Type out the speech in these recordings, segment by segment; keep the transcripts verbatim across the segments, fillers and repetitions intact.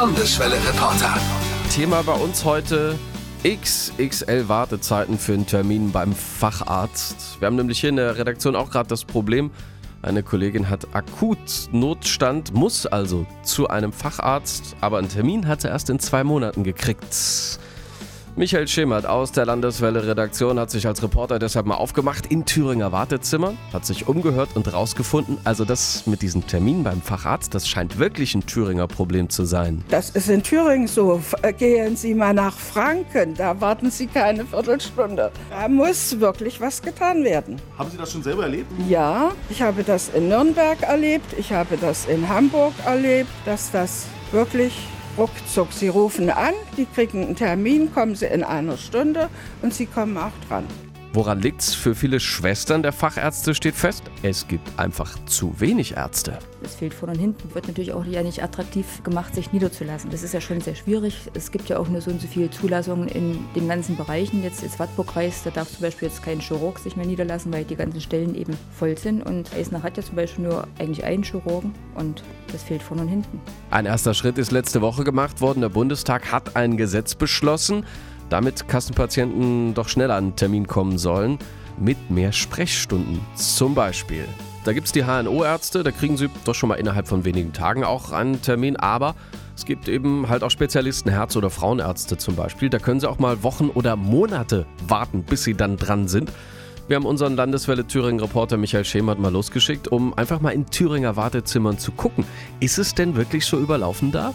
Landeswelle-Reporter. Thema bei uns heute: X X L-Wartezeiten für einen Termin beim Facharzt. Wir haben nämlich hier in der Redaktion auch gerade das Problem, eine Kollegin hat akut Notstand, muss also zu einem Facharzt, aber einen Termin hat sie erst in zwei Monaten gekriegt. Michael Schemert aus der Landeswelle-Redaktion hat sich als Reporter deshalb mal aufgemacht in Thüringer Wartezimmern, hat sich umgehört und rausgefunden, also das mit diesem Termin beim Facharzt, das scheint wirklich ein Thüringer Problem zu sein. Das ist in Thüringen so. Gehen Sie mal nach Franken, da warten Sie keine Viertelstunde. Da muss wirklich was getan werden. Haben Sie das schon selber erlebt? Ja, ich habe das in Nürnberg erlebt, ich habe das in Hamburg erlebt, dass das wirklich ruckzuck. Sie rufen an, die kriegen einen Termin, kommen Sie in einer Stunde und Sie kommen auch dran. Woran liegt's? Für viele Schwestern der Fachärzte steht fest, es gibt einfach zu wenig Ärzte. Es fehlt vorne und hinten. Wird natürlich auch ja nicht attraktiv gemacht, sich niederzulassen. Das ist ja schon sehr schwierig. Es gibt ja auch nur so und so viele Zulassungen in den ganzen Bereichen. Jetzt ist Wartburg-Kreis, da darf zum Beispiel jetzt kein Chirurg sich mehr niederlassen, weil die ganzen Stellen eben voll sind. Und Eisenach hat ja zum Beispiel nur eigentlich einen Chirurgen und das fehlt vorne und hinten. Ein erster Schritt ist letzte Woche gemacht worden. Der Bundestag hat ein Gesetz beschlossen, damit Kassenpatienten doch schneller an einen Termin kommen sollen, mit mehr Sprechstunden zum Beispiel. Da gibt es die H N O-Ärzte, da kriegen sie doch schon mal innerhalb von wenigen Tagen auch einen Termin, aber es gibt eben halt auch Spezialisten, Herz- oder Frauenärzte zum Beispiel, da können sie auch mal Wochen oder Monate warten, bis sie dann dran sind. Wir haben unseren Landeswelle-Thüringen-Reporter Michael Schemert mal losgeschickt, um einfach mal in Thüringer Wartezimmern zu gucken. Ist es denn wirklich so überlaufen da?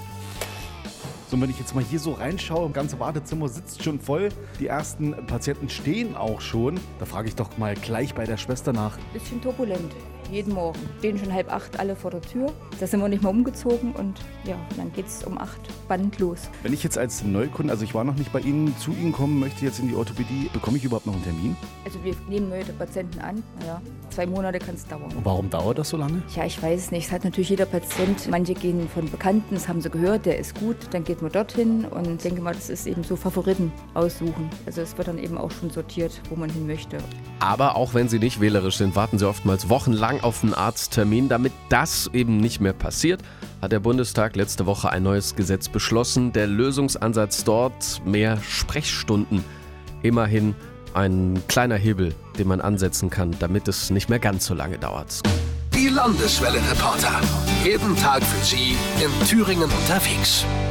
So, wenn ich jetzt mal hier so reinschaue, das ganze Wartezimmer sitzt schon voll. Die ersten Patienten stehen auch schon. Da frage ich doch mal gleich bei der Schwester nach. Bisschen turbulent. Jeden Morgen. Stehen schon halb acht alle vor der Tür. Da sind wir nicht mal umgezogen und ja, dann geht's um acht Band los. Wenn ich jetzt als Neukunde, also ich war noch nicht bei Ihnen, zu Ihnen kommen möchte, jetzt in die Orthopädie, bekomme ich überhaupt noch einen Termin? Also wir nehmen neue Patienten an. Naja, zwei Monate kann es dauern. Und warum dauert das so lange? Ja, ich weiß es nicht. Es hat natürlich jeder Patient. Manche gehen von Bekannten, das haben sie gehört, der ist gut. Dann geht man dorthin und ich denke mal, das ist eben so Favoriten aussuchen. Also es wird dann eben auch schon sortiert, wo man hin möchte. Aber auch wenn sie nicht wählerisch sind, warten sie oftmals wochenlang auf einen Arzttermin. Damit das eben nicht mehr passiert, hat der Bundestag letzte Woche ein neues Gesetz beschlossen. Der Lösungsansatz dort: mehr Sprechstunden. Immerhin ein kleiner Hebel, den man ansetzen kann, damit es nicht mehr ganz so lange dauert. Die Landeswelle-Reporter. Jeden Tag für Sie in Thüringen unterwegs.